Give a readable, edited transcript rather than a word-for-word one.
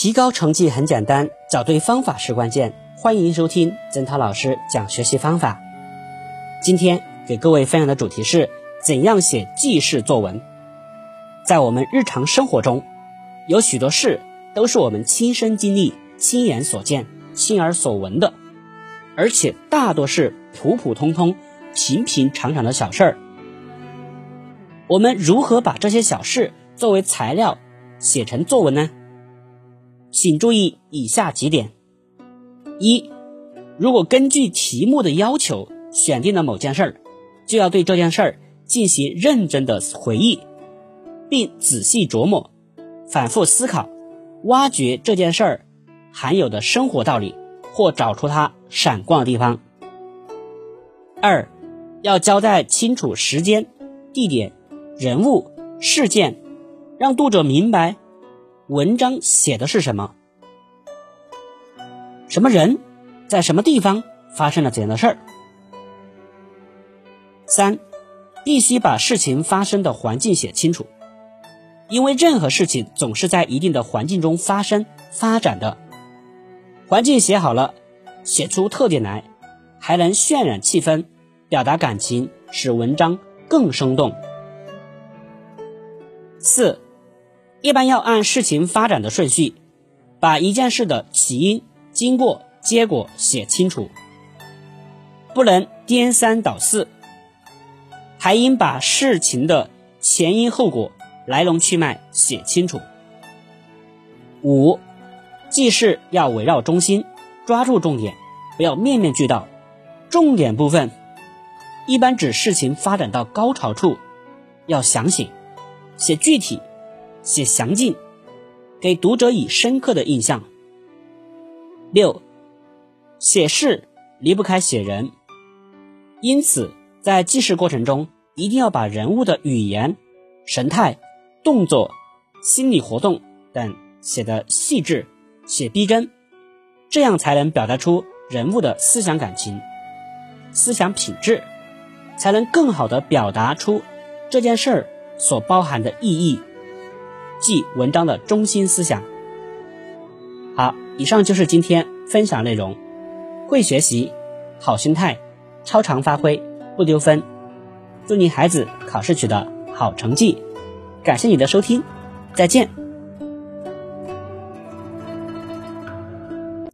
提高成绩很简单，找对方法是关键。欢迎收听曾涛老师讲学习方法。今天给各位分享的主题是怎样写记事作文。在我们日常生活中，有许多事都是我们亲身经历、亲眼所见、亲耳所闻的，而且大多是普普通通、平平常常的小事儿。我们如何把这些小事作为材料写成作文呢？请注意以下几点。一，如果根据题目的要求选定了某件事儿，就要对这件事儿进行认真的回忆，并仔细琢磨，反复思考，挖掘这件事儿含有的生活道理，或找出它闪光的地方。二，要交代清楚时间、地点、人物、事件，让读者明白文章写的是什么，什么人在什么地方发生了怎样的事儿。三，必须把事情发生的环境写清楚，因为任何事情总是在一定的环境中发生发展的。环境写好了，写出特点来，还能渲染气氛，表达感情，使文章更生动。四，一般要按事情发展的顺序，把一件事的起因、经过、结果写清楚，不能颠三倒四，还应把事情的前因后果、来龙去脉写清楚。五，记事要围绕中心，抓住重点，不要面面俱到。重点部分一般指事情发展到高潮处，要详写，写具体，写详尽，给读者以深刻的印象。六，写事离不开写人，因此在记事过程中一定要把人物的语言、神态、动作、心理活动等写得细致，写逼真，这样才能表达出人物的思想感情、思想品质，才能更好地表达出这件事儿所包含的意义，即文章的中心思想。好，以上就是今天分享内容。会学习，好心态，超常发挥，不丢分。祝你孩子考试取得好成绩。感谢你的收听，再见。